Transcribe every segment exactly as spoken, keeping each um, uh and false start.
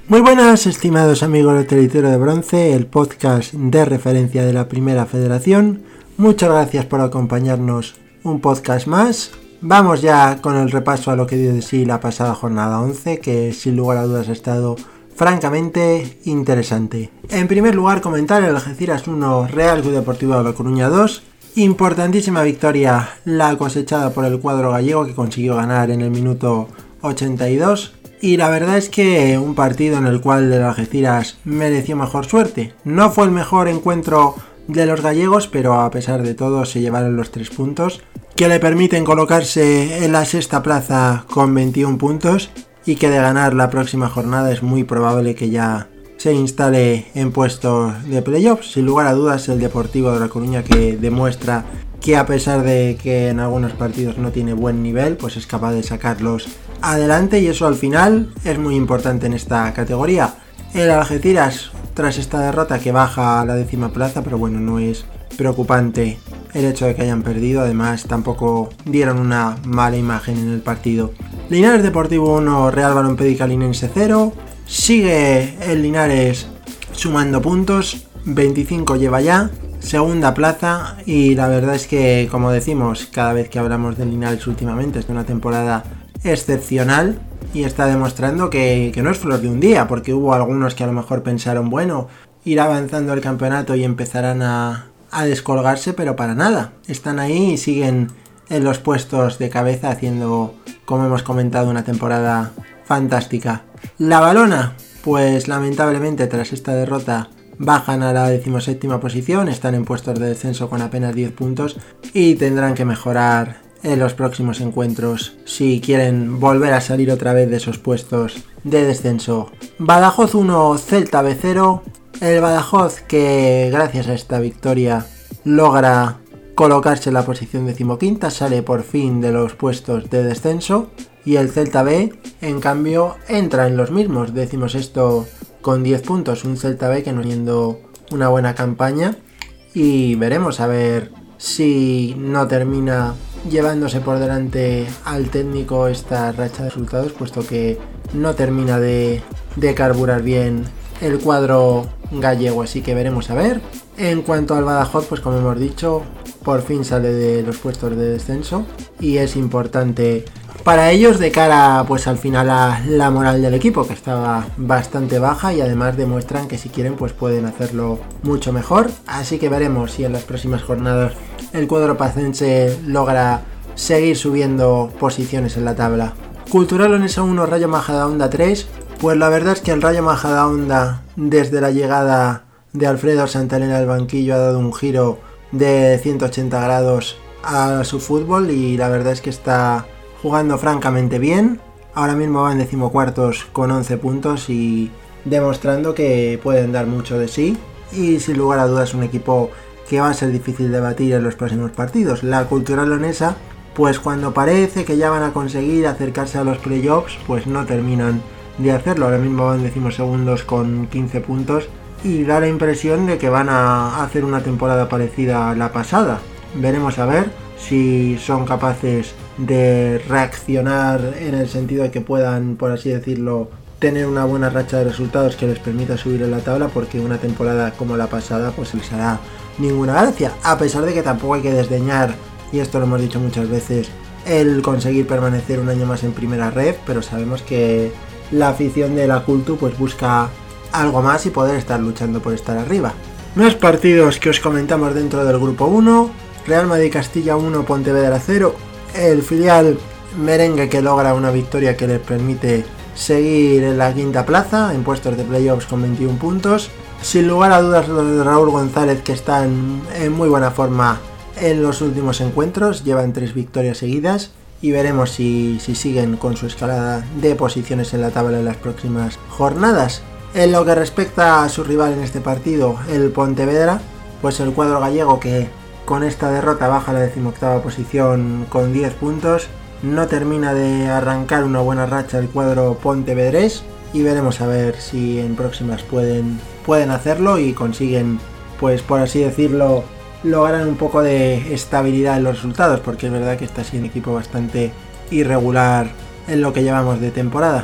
Muy buenas, estimados amigos del Territorio de Bronce, el podcast de referencia de la Primera Federación. Muchas gracias por acompañarnos un podcast más. Vamos ya con el repaso a lo que dio de sí la pasada jornada once, que sin lugar a dudas ha estado francamente interesante. En primer lugar, comentar el Algeciras uno, Real Club Deportivo de La Coruña dos. Importantísima victoria la cosechada por el cuadro gallego, que consiguió ganar en el minuto ochenta y dos. Y la verdad es que un partido en el cual el Algeciras mereció mejor suerte. No fue el mejor encuentro de los gallegos, pero a pesar de todo se llevaron los tres puntos que le permiten colocarse en la sexta plaza con veintiún puntos, y que de ganar la próxima jornada es muy probable que ya se instale en puestos de playoffs. Sin lugar a dudas, el Deportivo de La Coruña, que demuestra que a pesar de que en algunos partidos no tiene buen nivel, pues es capaz de sacarlos adelante, y eso al final es muy importante en esta categoría. El Algeciras, tras esta derrota, que baja a la décima plaza, pero bueno, no es preocupante el hecho de que hayan perdido. Además, tampoco dieron una mala imagen en el partido. Linares Deportivo uno, Real Balompédica Linense cero. Sigue el Linares sumando puntos, veinticinco lleva ya, segunda plaza, y la verdad es que, como decimos cada vez que hablamos del Linares últimamente, es de una temporada excepcional y está demostrando que, que no es flor de un día, porque hubo algunos que a lo mejor pensaron, bueno, irá avanzando el campeonato y empezarán a, a descolgarse, pero para nada, están ahí y siguen en los puestos de cabeza, haciendo, como hemos comentado, una temporada fantástica. La Valona, pues lamentablemente tras esta derrota bajan a la decimoséptima posición, están en puestos de descenso con apenas diez puntos y tendrán que mejorar en los próximos encuentros si quieren volver a salir otra vez de esos puestos de descenso. Badajoz uno, Celta B cero. El Badajoz, que gracias a esta victoria logra colocarse en la posición decimoquinta, sale por fin de los puestos de descenso, y el Celta B, en cambio, entra en los mismos, decimosexto con diez puntos, un Celta B que no teniendo una buena campaña, y veremos a ver si no termina llevándose por delante al técnico esta racha de resultados, puesto que no termina de, de carburar bien el cuadro gallego, así que veremos a ver. En cuanto al Badajoz, pues como hemos dicho, por fin sale de los puestos de descenso y es importante para ellos de cara pues al final a la moral del equipo, que estaba bastante baja, y además demuestran que si quieren pues pueden hacerlo mucho mejor, así que veremos si en las próximas jornadas el cuadro pacense logra seguir subiendo posiciones en la tabla. Cultural Leonesa uno, Rayo Majadahonda tres. Pues la verdad es que el Rayo Majadahonda, desde la llegada de Alfredo Santalena al banquillo, ha dado un giro de ciento ochenta grados a su fútbol, y la verdad es que está jugando francamente bien. Ahora mismo va en decimocuartos con once puntos y demostrando que pueden dar mucho de sí, y sin lugar a dudas un equipo que va a ser difícil de batir en los próximos partidos. La Cultural Leonesa, pues cuando parece que ya van a conseguir acercarse a los playoffs, pues no terminan de hacerlo. Ahora mismo van decimosegundos con quince puntos y da la impresión de que van a hacer una temporada parecida a la pasada. Veremos a ver si son capaces de reaccionar en el sentido de que puedan, por así decirlo, tener una buena racha de resultados que les permita subir en la tabla, porque una temporada como la pasada pues les hará ninguna gracia, a pesar de que tampoco hay que desdeñar, y esto lo hemos dicho muchas veces, el conseguir permanecer un año más en primera red, pero sabemos que la afición de la Cultu pues busca algo más y poder estar luchando por estar arriba. Más partidos que os comentamos dentro del grupo uno. Real Madrid Castilla uno, Pontevedra cero. El filial merengue, que logra una victoria que les permite seguir en la quinta plaza, en puestos de playoffs con veintiún puntos. Sin lugar a dudas los de Raúl González, que están en muy buena forma en los últimos encuentros, llevan tres victorias seguidas, y veremos si, si siguen con su escalada de posiciones en la tabla en las próximas jornadas. En lo que respecta a su rival en este partido, el Pontevedra, pues el cuadro gallego, que con esta derrota baja a la decimoctava posición con diez puntos, no termina de arrancar una buena racha el cuadro pontevedrés, y veremos a ver si en próximas pueden, pueden hacerlo y consiguen, pues por así decirlo, logran un poco de estabilidad en los resultados, porque es verdad que está siendo un equipo bastante irregular en lo que llevamos de temporada.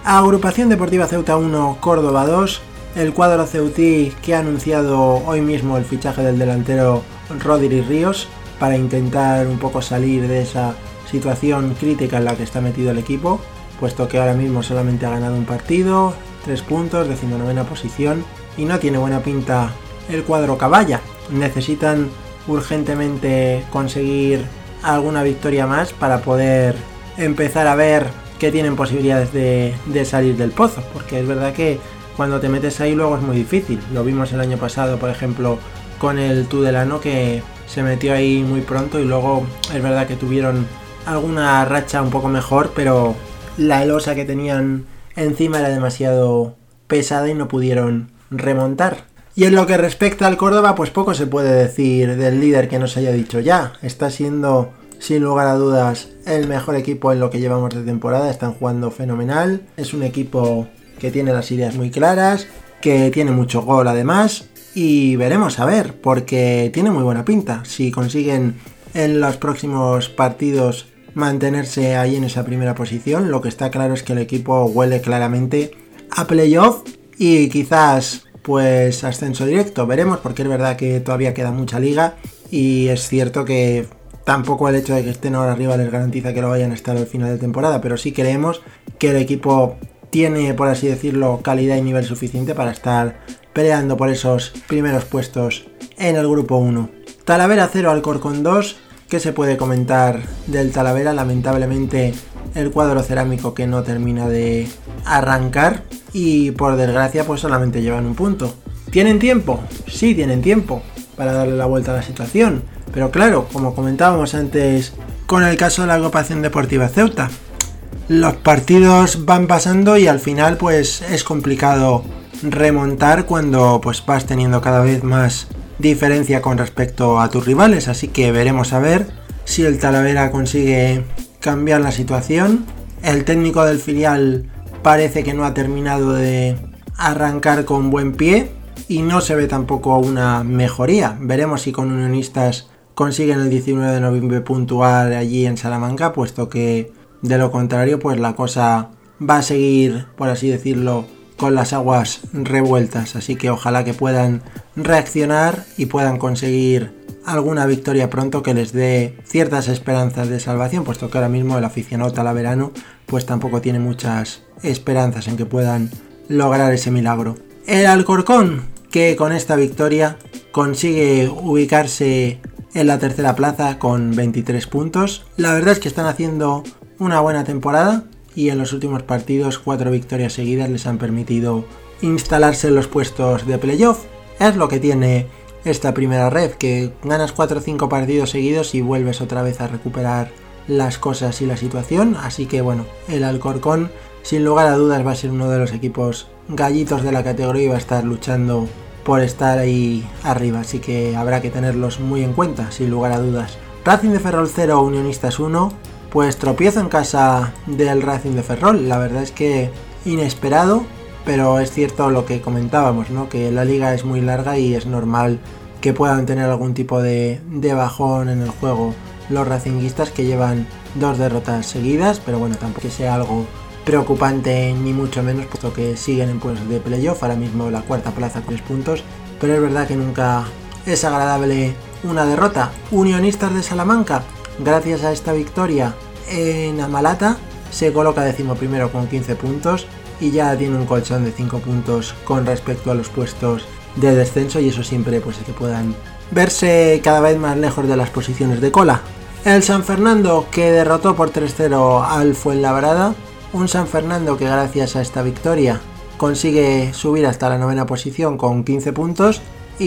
Agrupación Deportiva Ceuta uno, Córdoba dos. El cuadro ceutí que ha anunciado hoy mismo el fichaje del delantero Rodri Ríos para intentar un poco salir de esa situación crítica en la que está metido el equipo, puesto que ahora mismo solamente ha ganado un partido, tres puntos, decimonovena posición, y no tiene buena pinta el cuadro caballa. Necesitan urgentemente conseguir alguna victoria más para poder empezar a ver que tienen posibilidades de, de salir del pozo, porque es verdad que cuando te metes ahí luego es muy difícil. Lo vimos el año pasado, por ejemplo, con el Tudelano, que se metió ahí muy pronto y luego es verdad que tuvieron alguna racha un poco mejor, pero la losa que tenían encima era demasiado pesada y no pudieron remontar. Y en lo que respecta al Córdoba, pues poco se puede decir del líder que no se haya dicho ya. Está siendo, sin lugar a dudas, el mejor equipo en lo que llevamos de temporada. Están jugando fenomenal. Es un equipo que tiene las ideas muy claras, que tiene mucho gol además, y veremos a ver, porque tiene muy buena pinta. Si consiguen en los próximos partidos mantenerse ahí en esa primera posición, lo que está claro es que el equipo huele claramente a playoff y quizás pues ascenso directo. Veremos, porque es verdad que todavía queda mucha liga y es cierto que tampoco el hecho de que estén ahora arriba les garantiza que lo vayan a estar al final de temporada, pero sí creemos que el equipo tiene, por así decirlo, calidad y nivel suficiente para estar peleando por esos primeros puestos en el grupo uno. Talavera cero, Alcorcón dos. ¿Qué se puede comentar del Talavera? Lamentablemente el cuadro cerámico que no termina de arrancar y por desgracia pues solamente llevan un punto. ¿Tienen tiempo? Sí, tienen tiempo para darle la vuelta a la situación, pero claro, como comentábamos antes con el caso de la Agrupación Deportiva Ceuta, los partidos van pasando y al final pues es complicado remontar cuando pues vas teniendo cada vez más diferencia con respecto a tus rivales, así que veremos a ver si el Talavera consigue cambiar la situación. El técnico del filial parece que no ha terminado de arrancar con buen pie y no se ve tampoco una mejoría. Veremos si con Unionistas consiguen el diecinueve de noviembre puntuar allí en Salamanca, puesto que de lo contrario pues la cosa va a seguir, por así decirlo, con las aguas revueltas, así que ojalá que puedan reaccionar y puedan conseguir alguna victoria pronto que les dé ciertas esperanzas de salvación, puesto que ahora mismo el aficionado talaverano pues tampoco tiene muchas esperanzas en que puedan lograr ese milagro. El Alcorcón, que con esta victoria consigue ubicarse en la tercera plaza con veintitrés puntos. La verdad es que están haciendo una buena temporada y en los últimos partidos cuatro victorias seguidas les han permitido instalarse en los puestos de playoff. Es lo que tiene esta primera red, que ganas cuatro o cinco partidos seguidos y vuelves otra vez a recuperar las cosas y la situación. Así que bueno, el Alcorcón sin lugar a dudas va a ser uno de los equipos gallitos de la categoría y va a estar luchando por estar ahí arriba, así que habrá que tenerlos muy en cuenta, sin lugar a dudas. Racing de Ferrol cero, Unionistas uno. Pues tropiezo en casa del Racing de Ferrol, la verdad es que inesperado, pero es cierto lo que comentábamos, ¿no? Que la liga es muy larga y es normal que puedan tener algún tipo de, de bajón en el juego los racinguistas, que llevan dos derrotas seguidas, pero bueno, tampoco que sea algo preocupante ni mucho menos, puesto que siguen en puestos de playoff, ahora mismo la cuarta plaza con tres puntos, pero es verdad que nunca es agradable una derrota. Unionistas de Salamanca, gracias a esta victoria en Amalata, se coloca decimoprimero con quince puntos y ya tiene un colchón de cinco puntos con respecto a los puestos de descenso, y eso siempre pues que puedan verse cada vez más lejos de las posiciones de cola. El San Fernando, que derrotó por tres cero al Fuenlabrada, un San Fernando que gracias a esta victoria consigue subir hasta la novena posición con quince puntos,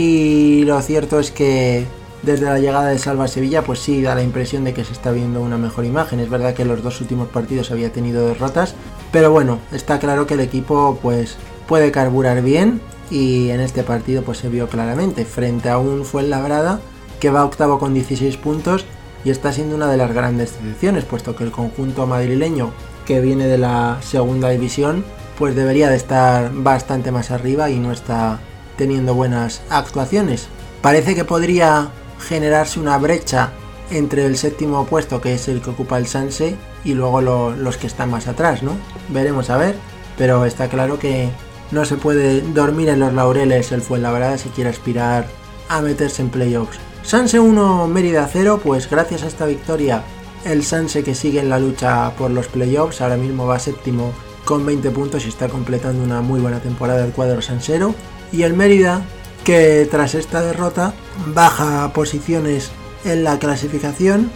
y lo cierto es que desde la llegada de Salva a Sevilla pues sí da la impresión de que se está viendo una mejor imagen. Es verdad que en los dos últimos partidos había tenido derrotas, pero bueno, está claro que el equipo pues puede carburar bien, y en este partido pues se vio claramente frente a un Fuenlabrada que va octavo con dieciséis puntos y está siendo una de las grandes decepciones, puesto que el conjunto madrileño, que viene de la segunda división, pues debería de estar bastante más arriba y no está teniendo buenas actuaciones. Parece que podría generarse una brecha entre el séptimo puesto, que es el que ocupa el Sanse, y luego lo, los que están más atrás, ¿no? Veremos a ver. pero está claro que no se puede dormir en los laureles el Fuenlabrada si quiere aspirar a meterse en playoffs. Sanse uno, Mérida cero, pues gracias a esta victoria el Sanse, que sigue en la lucha por los playoffs, ahora mismo va séptimo con veinte puntos y está completando una muy buena temporada el cuadro sansero, y el Mérida, que tras esta derrota baja posiciones en la clasificación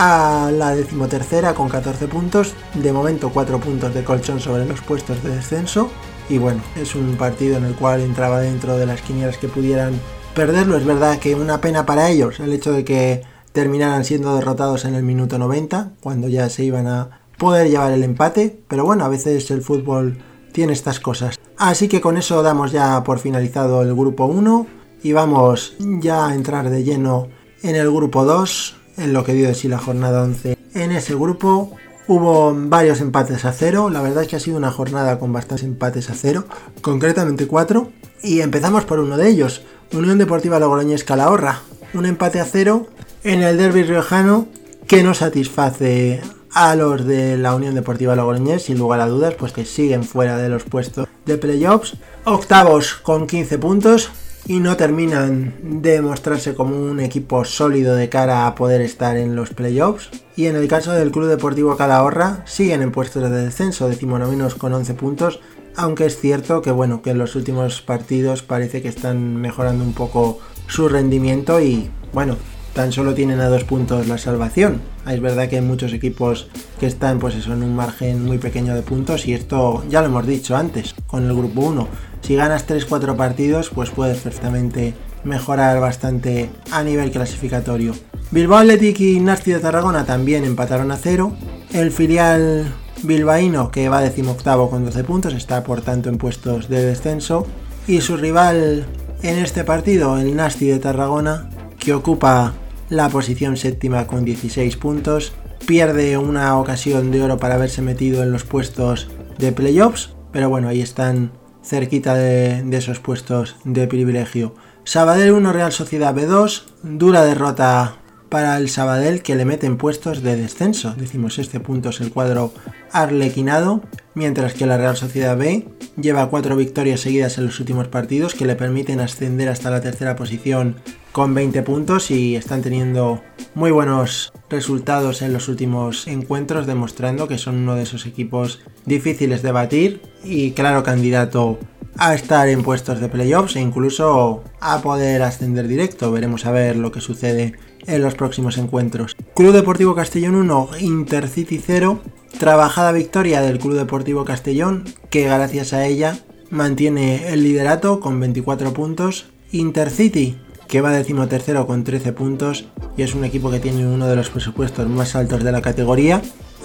a la decimotercera con catorce puntos, de momento cuatro puntos de colchón sobre los puestos de descenso, y bueno, es un partido en el cual entraba dentro de las quinielas que pudieran perderlo. Es verdad que una pena para ellos el hecho de que terminaran siendo derrotados en el minuto noventa, cuando ya se iban a poder llevar el empate, pero bueno, a veces el fútbol tiene estas cosas. Así que con eso damos ya por finalizado el grupo uno y vamos ya a entrar de lleno en el grupo dos, en lo que dio de sí la jornada once. En ese grupo hubo varios empates a cero, la verdad es que ha sido una jornada con bastantes empates a cero, concretamente cuatro, y empezamos por uno de ellos, Unión Deportiva Logroñés Calahorra, un empate a cero en el derbi riojano que no satisface a los de la Unión Deportiva Logroñés, sin lugar a dudas, pues que siguen fuera de los puestos de playoffs, octavos con quince puntos, y no terminan de mostrarse como un equipo sólido de cara a poder estar en los playoffs. Y en el caso del Club Deportivo Calahorra, siguen en puestos de descenso, decimonovenos con once puntos, aunque es cierto que bueno, que en los últimos partidos parece que están mejorando un poco su rendimiento y bueno, tan solo tienen a dos puntos la salvación. Es verdad que hay muchos equipos que están pues eso, en un margen muy pequeño de puntos, y esto ya lo hemos dicho antes con el grupo uno. Si ganas tres cuatro partidos, pues puedes perfectamente mejorar bastante a nivel clasificatorio. Bilbao Athletic y Nasti de Tarragona también empataron a cero. El filial bilbaíno, que va decimoctavo con doce puntos, está por tanto en puestos de descenso. Y su rival en este partido, el Nasti de Tarragona, que ocupa la posición séptima con dieciséis puntos, pierde una ocasión de oro para haberse metido en los puestos de playoffs, pero bueno, ahí están cerquita de, de esos puestos de privilegio. Sabadell uno, Real Sociedad B dos, dura derrota para el Sabadell, que le mete en puestos de descenso, decimosexto puntos el cuadro arlequinado, mientras que la Real Sociedad B lleva cuatro victorias seguidas en los últimos partidos que le permiten ascender hasta la tercera posición con veinte puntos, y están teniendo muy buenos resultados en los últimos encuentros, demostrando que son uno de esos equipos difíciles de batir y claro candidato a estar en puestos de playoffs e incluso a poder ascender directo. Veremos a ver lo que sucede en los próximos encuentros. Club Deportivo Castellón uno, Intercity cero, trabajada victoria del Club Deportivo Castellón, que gracias a ella mantiene el liderato con veinticuatro puntos. Intercity, que va decimotercero con trece puntos, y es un equipo que tiene uno de los presupuestos más altos de la categoría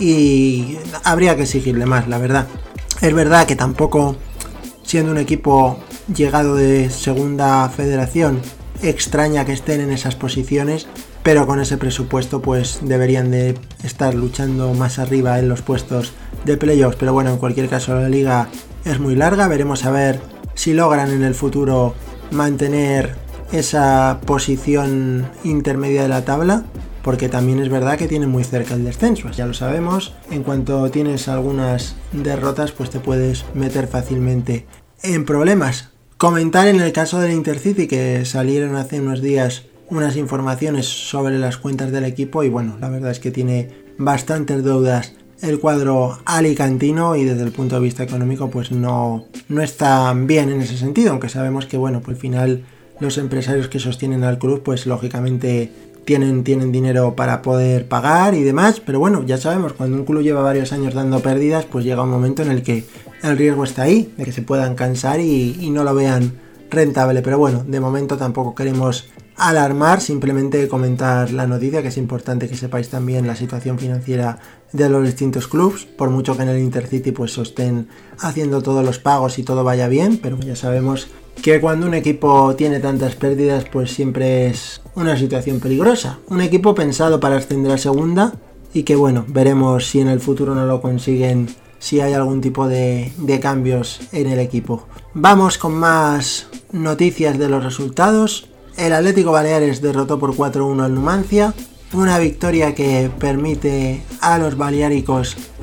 y habría que exigirle más, la verdad. Es verdad que tampoco, siendo un equipo llegado de segunda federación, extraña que estén en esas posiciones, pero con ese presupuesto pues deberían de estar luchando más arriba en los puestos de playoffs. Pero bueno, en cualquier caso la liga es muy larga, veremos a ver si logran en el futuro mantener esa posición intermedia de la tabla, porque también es verdad que tienen muy cerca el descenso, ya lo sabemos. En cuanto tienes algunas derrotas pues te puedes meter fácilmente en problemas. Comentar en el caso del Intercity, que salieron hace unos días unas informaciones sobre las cuentas del equipo, y bueno, la verdad es que tiene bastantes deudas el cuadro alicantino, y desde el punto de vista económico pues no, no está bien en ese sentido, aunque sabemos que bueno, pues al final los empresarios que sostienen al club pues lógicamente tienen, tienen dinero para poder pagar y demás, pero bueno, ya sabemos, cuando un club lleva varios años dando pérdidas pues llega un momento en el que el riesgo está ahí, de que se puedan cansar y, y no lo vean rentable. Pero bueno, de momento tampoco queremos alarmar, simplemente comentar la noticia, que es importante que sepáis también la situación financiera de los distintos clubes, por mucho que en el Intercity pues estén haciendo todos los pagos y todo vaya bien, pero ya sabemos que cuando un equipo tiene tantas pérdidas pues siempre es una situación peligrosa. Un equipo pensado para ascender a segunda y que bueno, veremos si en el futuro no lo consiguen, si hay algún tipo de, de cambios en el equipo. Vamos con más noticias de los resultados. El Atlético Baleares derrotó por cuatro uno al Numancia, una victoria que permite a los baleáricos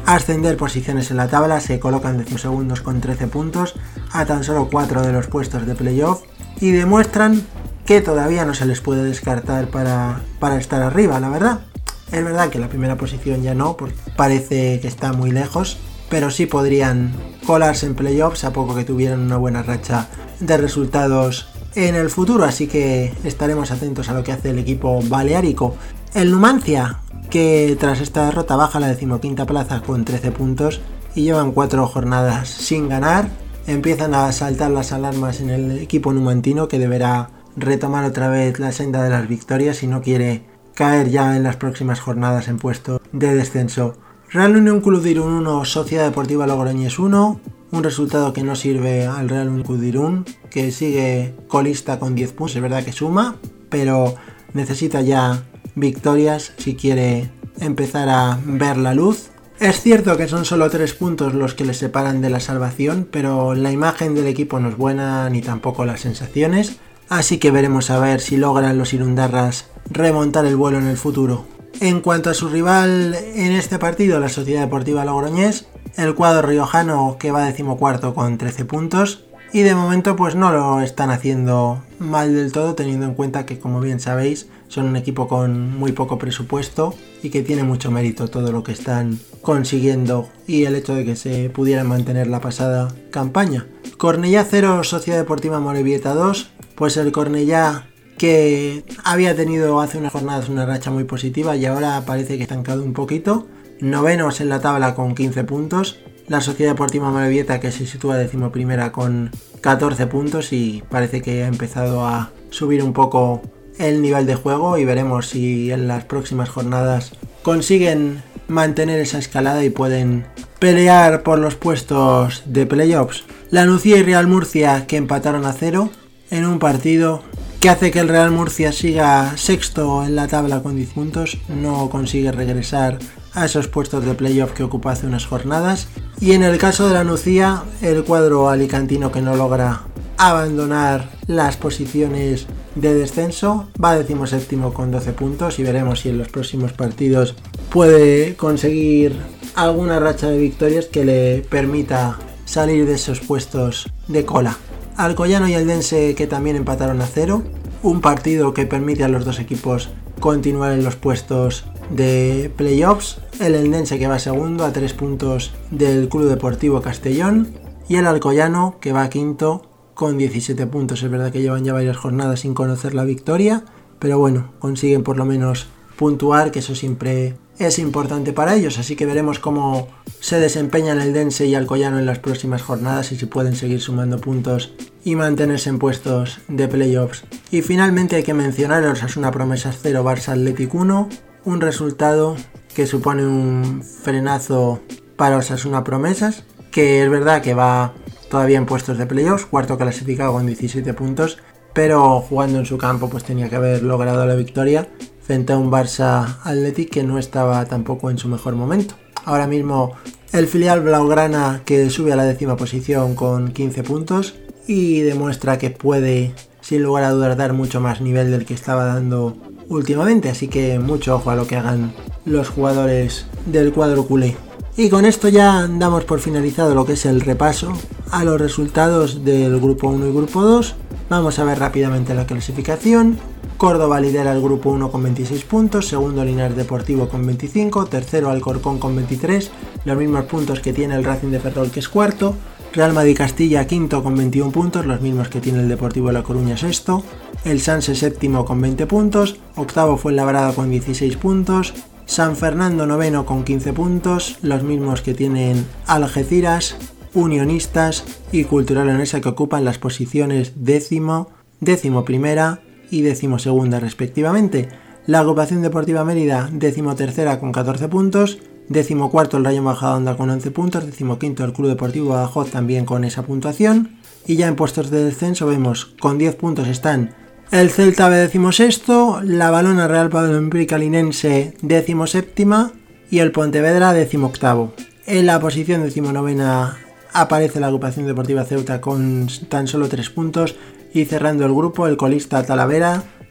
ascender posiciones en la tabla, se colocan decimosegundos con trece puntos a tan solo cuatro de los puestos de playoff y demuestran que todavía no se les puede descartar para, para estar arriba, la verdad. Es verdad que la primera posición ya no, porque parece que está muy lejos, pero sí podrían colarse en playoffs a poco que tuvieran una buena racha de resultados en el futuro, así que estaremos atentos a lo que hace el equipo baleárico. El Numancia, que tras esta derrota baja a la decimoquinta plaza con trece puntos y llevan cuatro jornadas sin ganar, empiezan a saltar las alarmas en el equipo numantino, que deberá retomar otra vez la senda de las victorias si no quiere caer ya en las próximas jornadas en puesto de descenso. Real Unión Club de Irún uno, Sociedad Deportiva Logroñés uno, un resultado que no sirve al Real Unión Club de Irún, que sigue colista con diez puntos, es verdad que suma, pero necesita ya victorias si quiere empezar a ver la luz. Es cierto que son solo tres puntos los que les separan de la salvación, pero la imagen del equipo no es buena ni tampoco las sensaciones, así que veremos a ver si logran los irundarras remontar el vuelo en el futuro. En cuanto a su rival en este partido, la Sociedad Deportiva Logroñés, el cuadro riojano, que va decimocuarto con trece puntos, y de momento pues no lo están haciendo mal del todo, teniendo en cuenta que, como bien sabéis, son un equipo con muy poco presupuesto y que tiene mucho mérito todo lo que están consiguiendo y el hecho de que se pudieran mantener la pasada campaña. Cornellá cero, Sociedad Deportiva Morevieta dos, pues el Cornellá, que había tenido hace unas jornadas una racha muy positiva y ahora parece que estancado un poquito, novenos en la tabla con quince puntos, la Sociedad Deportiva Morevieta, que se sitúa decimoprimera con catorce puntos y parece que ha empezado a subir un poco el nivel de juego, y veremos si en las próximas jornadas consiguen mantener esa escalada y pueden pelear por los puestos de playoffs. La Nucía y Real Murcia, que empataron a cero en un partido que hace que el Real Murcia siga sexto en la tabla con diez puntos, no consigue regresar a esos puestos de playoff que ocupó hace unas jornadas. Y en el caso de la Nucía, el cuadro alicantino, que no logra abandonar las posiciones de descenso, va decimoséptimo con doce puntos y veremos si en los próximos partidos puede conseguir alguna racha de victorias que le permita salir de esos puestos de cola. Alcoyano y Eldense, que también empataron a cero, un partido que permite a los dos equipos continuar en los puestos de playoffs. El Eldense, que va segundo a tres puntos del Club Deportivo Castellón, y el Alcoyano, que va quinto con diecisiete puntos. Es verdad que llevan ya varias jornadas sin conocer la victoria, pero bueno, consiguen por lo menos puntuar, que eso siempre es importante para ellos, así que veremos cómo se desempeñan el Eldense y Alcoyano en las próximas jornadas y si pueden seguir sumando puntos y mantenerse en puestos de playoffs. Y finalmente hay que mencionar el Osasuna Promesas cero, Barça Athletic uno, un resultado que supone un frenazo para Osasuna Promesas, que es verdad que va todavía en puestos de playoffs, cuarto clasificado con diecisiete puntos, pero jugando en su campo pues tenía que haber logrado la victoria frente a un Barça Athletic que no estaba tampoco en su mejor momento. Ahora mismo el filial blaugrana, que sube a la décima posición con quince puntos y demuestra que puede, sin lugar a dudas, dar mucho más nivel del que estaba dando últimamente, así que mucho ojo a lo que hagan los jugadores del cuadro culé. Y con esto ya damos por finalizado lo que es el repaso a los resultados del grupo uno y grupo dos. Vamos a ver rápidamente la clasificación. Córdoba lidera el grupo uno con veintiséis puntos, segundo Linares Deportivo con veinticinco, tercero Alcorcón con veintitrés, los mismos puntos que tiene el Racing de Ferrol, que es cuarto. Real Madrid Castilla quinto con veintiún puntos, los mismos que tiene el Deportivo de La Coruña sexto. El Sanse séptimo con veinte puntos, octavo Fuenlabrada con dieciséis puntos. San Fernando noveno con quince puntos, los mismos que tienen Algeciras, Unionistas y Cultural Leonesa, que ocupan las posiciones décimo, décimo primera y décimo segunda respectivamente. La Agrupación Deportiva Mérida décimo tercera con catorce puntos, décimo cuarto el Rayo Majadahonda con once puntos, décimo quinto el Club Deportivo Badajoz también con esa puntuación, y ya en puestos de descenso vemos con diez puntos están el Celta B decimosexto, la Valona Real Palombrica Linense decimoséptima y el Pontevedra decimoctavo. En la posición decimonovena aparece la Agrupación Deportiva Ceuta con tan solo tres puntos, y cerrando el grupo el colista Talavera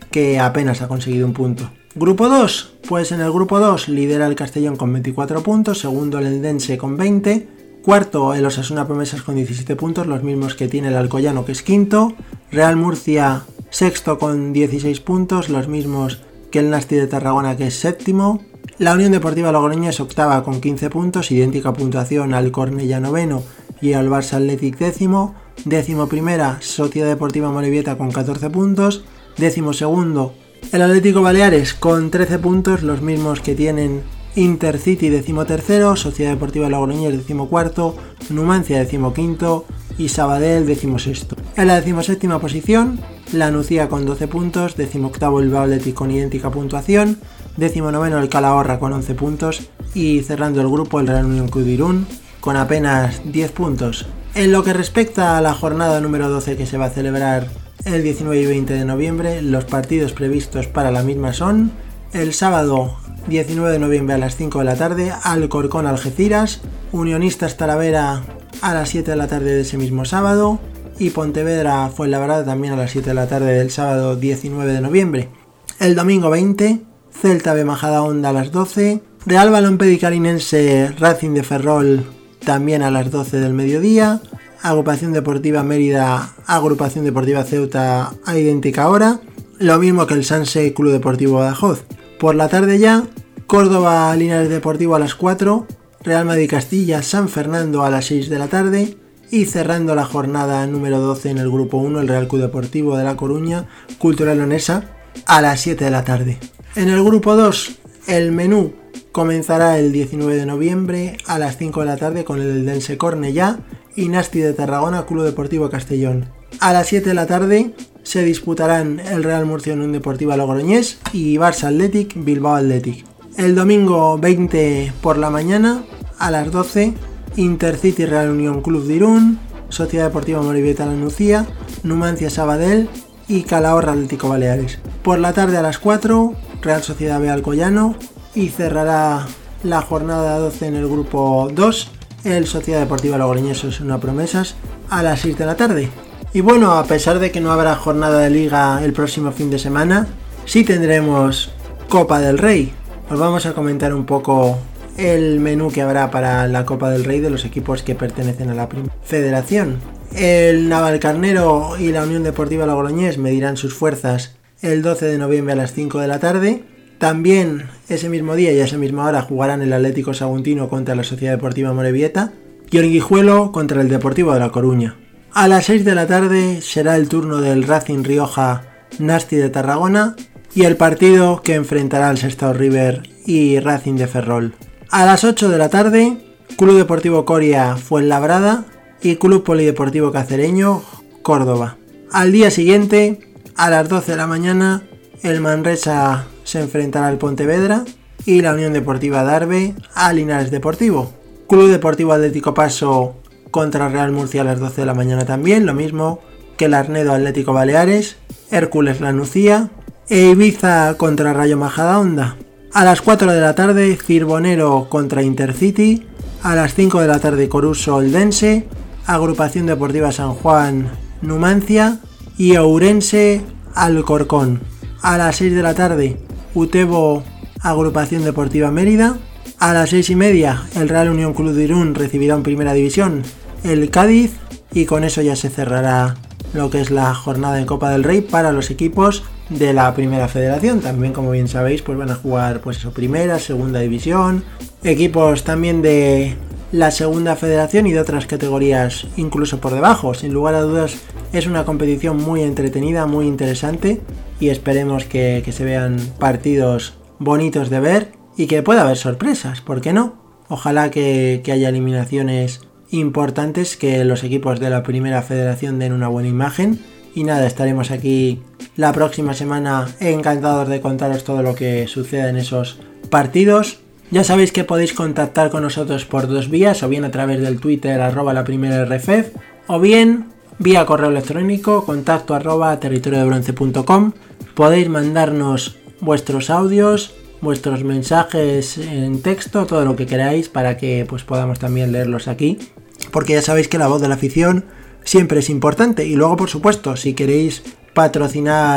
que apenas ha conseguido un punto. Grupo dos, pues en el grupo dos lidera el Castellón con veinticuatro puntos, segundo el Eldense con veinte, cuarto el Osasuna Promesas con diecisiete puntos, los mismos que tiene el Alcoyano, que es quinto, Real Murcia sexto con dieciséis puntos, los mismos que el Nasti de Tarragona, que es séptimo, la Unión Deportiva Logroñés es octava con quince puntos, idéntica puntuación al Cornellá noveno y al Barça Athletic décimo, décimo primera Sociedad Deportiva Amorebieta con catorce puntos, décimo segundo el Atlético Baleares con trece puntos, los mismos que tienen Intercity décimo tercero, Sociedad Deportiva Logroñés décimo cuarto, Numancia décimo quinto y Sabadell décimo sexto. En la decimoséptima posición, la Nucía con doce puntos, décimo octavo el Bilbao Athletic con idéntica puntuación, décimo noveno el Calahorra con once puntos y cerrando el grupo el Real Unión Club de Irún con apenas diez puntos. En lo que respecta a la jornada número doce, que se va a celebrar el diecinueve y veinte de noviembre, los partidos previstos para la misma son: el sábado diecinueve de noviembre a las cinco de la tarde, Alcorcón Algeciras, Unionistas Talavera a las siete de la tarde de ese mismo sábado y Pontevedra Fuenlabrada también a las siete de la tarde del sábado diecinueve de noviembre. El domingo veinte, Celta B Majadahonda a las doce, Real Balompédic Carinense Racing de Ferrol también a las doce del mediodía, Agrupación Deportiva Mérida, Agrupación Deportiva Ceuta a idéntica hora, lo mismo que el Sanse Club Deportivo Badajoz. Por la tarde ya, Córdoba Linares Deportivo a las cuatro, Real Madrid Castilla San Fernando a las seis de la tarde y cerrando la jornada número doce en el grupo uno, el Real Club Deportivo de La Coruña Cultural Leonesa a las siete de la tarde. En el grupo dos, el menú comenzará el diecinueve de noviembre a las cinco de la tarde con el Eldense Cornellá y Nasti de Tarragona Club Deportivo Castellón. A las siete de la tarde se disputarán el Real Murcia Unión Deportiva Logroñés y Barça Athletic Bilbao Athletic. El domingo veinte por la mañana a las doce, Intercity Real Unión Club de Irún, Sociedad Deportiva Amorebieta La Nucía, Numancia Sabadell y Calahorra Atlético Baleares. Por la tarde a las cuatro, Real Sociedad B Alcoyano y cerrará la jornada doce en el grupo dos, el Sociedad Deportiva Logroñés Osasuna Promesas a las seis de la tarde. Y bueno, a pesar de que no habrá jornada de liga el próximo fin de semana, sí tendremos Copa del Rey. Os vamos a comentar un poco el menú que habrá para la Copa del Rey de los equipos que pertenecen a la primera federación. El Navalcarnero y la Unión Deportiva Logroñés medirán sus fuerzas el doce de noviembre a las cinco de la tarde. También ese mismo día y a esa misma hora jugarán el Atlético Saguntino contra la Sociedad Deportiva Amorebieta y el Guijuelo contra el Deportivo de La Coruña. A las seis de la tarde será el turno del Racing Rioja Nasti de Tarragona y el partido que enfrentará al Sestao River y Racing de Ferrol. A las ocho de la tarde, Club Deportivo Coria Fuenlabrada y Club Polideportivo Cacereño Córdoba. Al día siguiente, a las doce de la mañana, el Manresa se enfrentará al Pontevedra y la Unión Deportiva Darbe a Linares Deportivo. Club Deportivo Atlético Paso contra Real Murcia a las doce de la mañana también, lo mismo que el Arnedo Atlético Baleares, Hércules La Nucía e Ibiza contra Rayo Majadahonda. A las cuatro de la tarde, Cirbonero contra Intercity, a las cinco de la tarde Coruso Eldense, Agrupación Deportiva San Juan Numancia y Ourense Alcorcón. A las seis de la tarde, Utebo Agrupación Deportiva Mérida. A las seis y media, el Real Unión Club de Irún recibirá en Primera División el Cádiz y con eso ya se cerrará lo que es la jornada en Copa del Rey para los equipos de la Primera Federación. También, como bien sabéis, pues van a jugar pues eso, Primera, Segunda División, equipos también de la Segunda Federación y de otras categorías incluso por debajo. Sin lugar a dudas es una competición muy entretenida, muy interesante y esperemos que, que se vean partidos bonitos de ver y que pueda haber sorpresas, ¿por qué no? Ojalá que, que haya eliminaciones importantes, que los equipos de la Primera Federación den una buena imagen. Y nada, estaremos aquí la próxima semana encantados de contaros todo lo que suceda en esos partidos. Ya sabéis que podéis contactar con nosotros por dos vías, o bien a través del Twitter arroba la primera R F F, o bien vía correo electrónico contacto arroba territorio de bronce punto com. Podéis mandarnos vuestros audios, vuestros mensajes en texto, todo lo que queráis para que pues podamos también leerlos aquí, porque ya sabéis que la voz de la afición siempre es importante. Y luego, por supuesto, si queréis patrocinar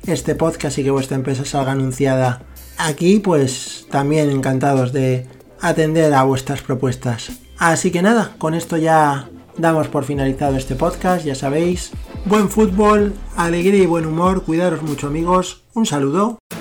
este podcast y que vuestra empresa salga anunciada aquí, pues también encantados de atender a vuestras propuestas. Así que nada, con esto ya damos por finalizado este podcast, ya sabéis, buen fútbol, alegría y buen humor, cuidaros mucho amigos, un saludo.